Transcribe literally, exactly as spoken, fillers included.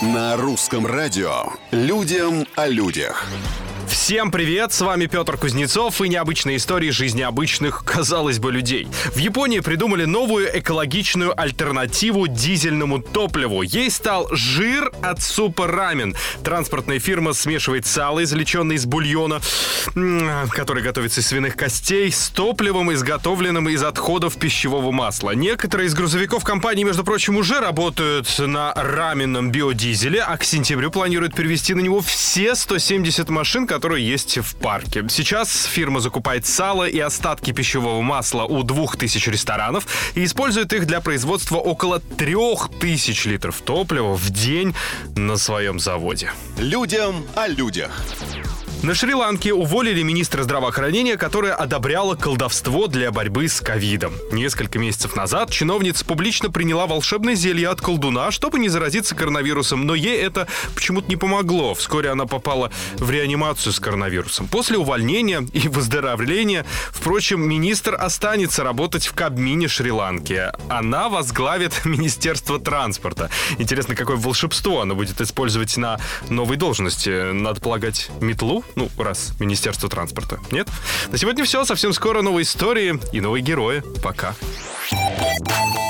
На русском радио «Людям о людях». Всем привет, с вами Петр Кузнецов и необычные истории жизни обычных, казалось бы, людей. В Японии придумали новую экологичную альтернативу дизельному топливу. Ей стал жир от супа рамен. Транспортная фирма смешивает сало, извлеченное из бульона, который готовится из свиных костей, с топливом, изготовленным из отходов пищевого масла. Некоторые из грузовиков компании, между прочим, уже работают на раменном биодизеле, а к сентябрю планируют перевести на него все сто семьдесят машин, которые есть в парке. Сейчас фирма закупает сало и остатки пищевого масла у двух тысяч ресторанов и использует их для производства около трех тысяч литров топлива в день на своем заводе. Людям о людях. На Шри-Ланке уволили министра здравоохранения, которая одобряла колдовство для борьбы с ковидом. Несколько месяцев назад чиновница публично приняла волшебное зелье от колдуна, чтобы не заразиться коронавирусом, но ей это почему-то не помогло. Вскоре она попала в реанимацию с коронавирусом. После увольнения и выздоровления, впрочем, министр останется работать в Кабмине Шри-Ланки. Она возглавит Министерство транспорта. Интересно, какое волшебство она будет использовать на новой должности? Надо полагать, метлу? Ну, раз Министерство транспорта. Нет? На сегодня все. Совсем скоро новые истории и новые герои. Пока.